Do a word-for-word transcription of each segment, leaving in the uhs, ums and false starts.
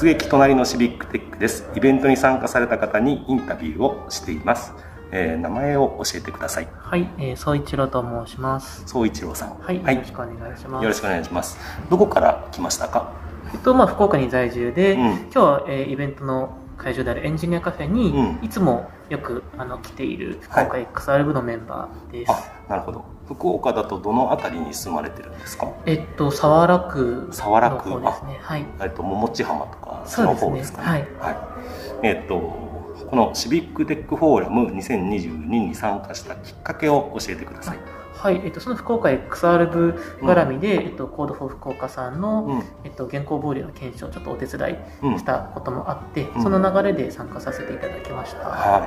突撃隣のシビックテックです。イベントに参加された方にインタビューをしています。えー、名前を教えてください。 はい、えー、総一郎と申します。 総一郎さん。 はい、はい、よろしくお願いします。 よろしくお願いします。どこから来ましたか？ えっと、まあ、福岡に在住で、うん、今日は、えー、イベントの会場であるエンジニアカフェに、うん、いつもよくあの来ている福岡 エックスアール 部のメンバーです。 はい、あ、なるほど。福岡だとどのあたりに住まれてるんですか？ えっと、早良区の方ですね。はい。 えっと、桃地浜とか、その方ですかね。はい。はい、えっと、このシビックテックフォーラムにせんにじゅうにに参加したきっかけを教えてください。 はい、えっと、その福岡 エックスアール 部絡みで、うん、えっと、コードフォー福岡さんの、うん、えっと、原稿ボリューの検証をちょっとお手伝いしたこともあって、うん、その流れで参加させていただきました。 はい、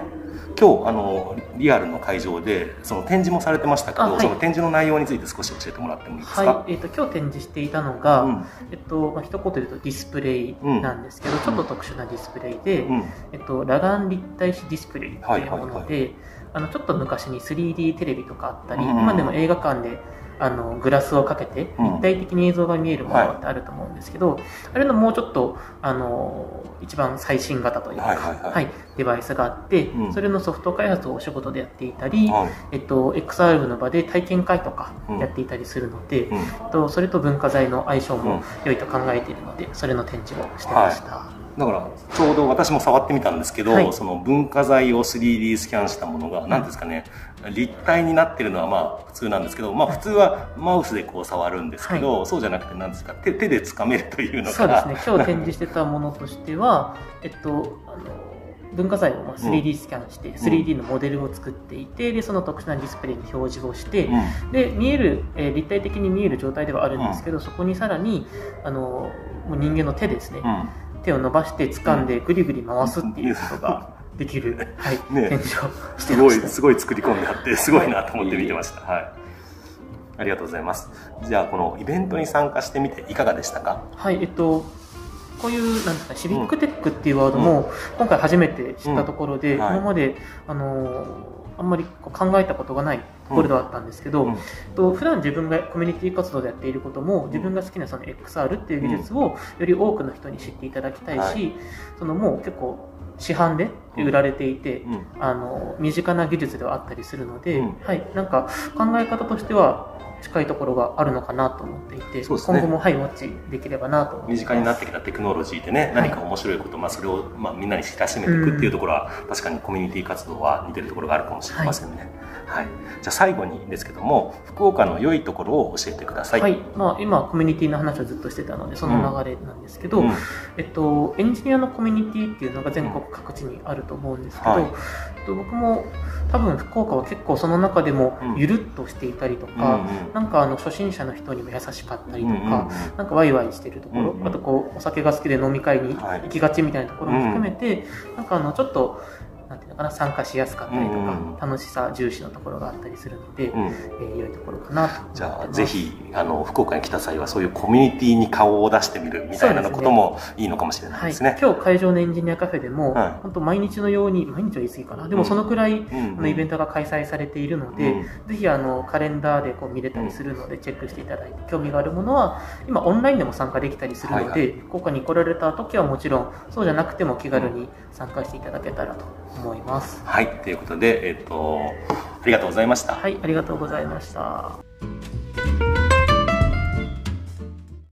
今日あのリアルの会場でその展示もされてましたけど、はい、その展示の内容について少し教えてもらってもいいですか？ はい、えっと、今日展示していたのが、うん、えっとまあ、一言で言うとディスプレイなんですけど、うん、ちょっと特殊なディスプレイで、うん、えっと、裸眼立体視ディスプレイというもので、はいはいはい、あのちょっと昔に スリーディー テレビとかあったり、うん、今でも映画館であのグラスをかけて立体的に映像が見えるものってあると思うんですけど、うん、はい、あれのもうちょっとあの一番最新型というか、はいはいはいはい、デバイスがあって、うん、それのソフト開発をお仕事でやっていたり、はい、えっと、エックスアール の場で体験会とかやっていたりするので、うん、えっと、それと文化財の相性も良いと考えているので、それの展示をしてました。はい、 だからちょうど私も触ってみたんですけど、はい、その文化財を スリーディー スキャンしたものが何ですかね、立体になってるのはまあ普通なんですけど、まあ、普通はマウスでこう触るんですけど、はい、そうじゃなくて何ですか、手, 手で掴めるというのが、 そうですね、今日展示してたものとしてはえっとあの文化財を スリーディー スキャンして、うん、スリーディー のモデルを作っていて、でその特殊なディスプレイに表示をして、うん、で見える、えー、立体的に見える状態ではあるんですけど、うん、そこにさらにあのもう人間の手ですね、うん、手を伸ばして掴んでぐりぐり回すっていうことができる、はい、 ね、 展示をしてました。 すごい、すごい作り込んであってすごいなと思って見てました。はい、はい、ありがとうございます。じゃあこのイベントに参加してみていかがでしたか？ はい、えっとこういうなんですか、シビックテックっていうワードも今回初めて知ったところで、うん、はい、今まであのあんまりこう考えたことがないところではあったんですけど、うん、と普段自分がコミュニティ活動でやっていることも、自分が好きなその エックスアール っていう技術をより多くの人に知っていただきたいし、はい、そのもう結構市販で売られていて、うん、あの身近な技術ではあったりするので、うん、はい、なんか考え方としては近いところがあるのかなと思っていて、ね、今後も、はい、ウォッチできればなと思ってます。 身近になってきたテクノロジーでね、何か面白いこと、まあ、それを、まあ、みんなに知らしめていくっていうところは、うん、確かにコミュニティ活動は似てるところがあるかもしれませんね。はいはい、じゃあ最後にですけども、福岡の良いところを教えてください。 はい、まあ、今コミュニティの話をずっとしてたのでその流れなんですけど、うん、えっと、エンジニアのコミュニティっていうのが全国各地にあると思うんですけど、はい、えっと、僕も多分福岡は結構その中でもゆるっとしていたりとか、うん、なんかあの初心者の人にも優しかったりとか、うん、なんかワイワイしてるところ、うん、あとこうお酒が好きで飲み会に行きがちみたいなところも含めて、うん、なんかあのちょっとなんていうのかな、参加しやすかったりとか、うん、楽しさ重視のところがあったりするので、うん、えー、良いところかなと思ってます。 じゃあぜひあの福岡に来た際はそういうコミュニティに顔を出してみるみたいなこともいいのかもしれないですね。 はい、今日会場のエンジニアカフェでも、はい、本当毎日のように、毎日は言い過ぎかな、でもそのくらい、うん、あのイベントが開催されているので、うん、ぜひあのカレンダーでこう見れたりするのでチェックしていただいて、興味があるものは今オンラインでも参加できたりするので、はいはい、福岡に来られた時はもちろん、そうじゃなくても気軽に参加していただけたらと思います。 はい、ということで、えっと、ありがとうございました。 はい、ありがとうございました。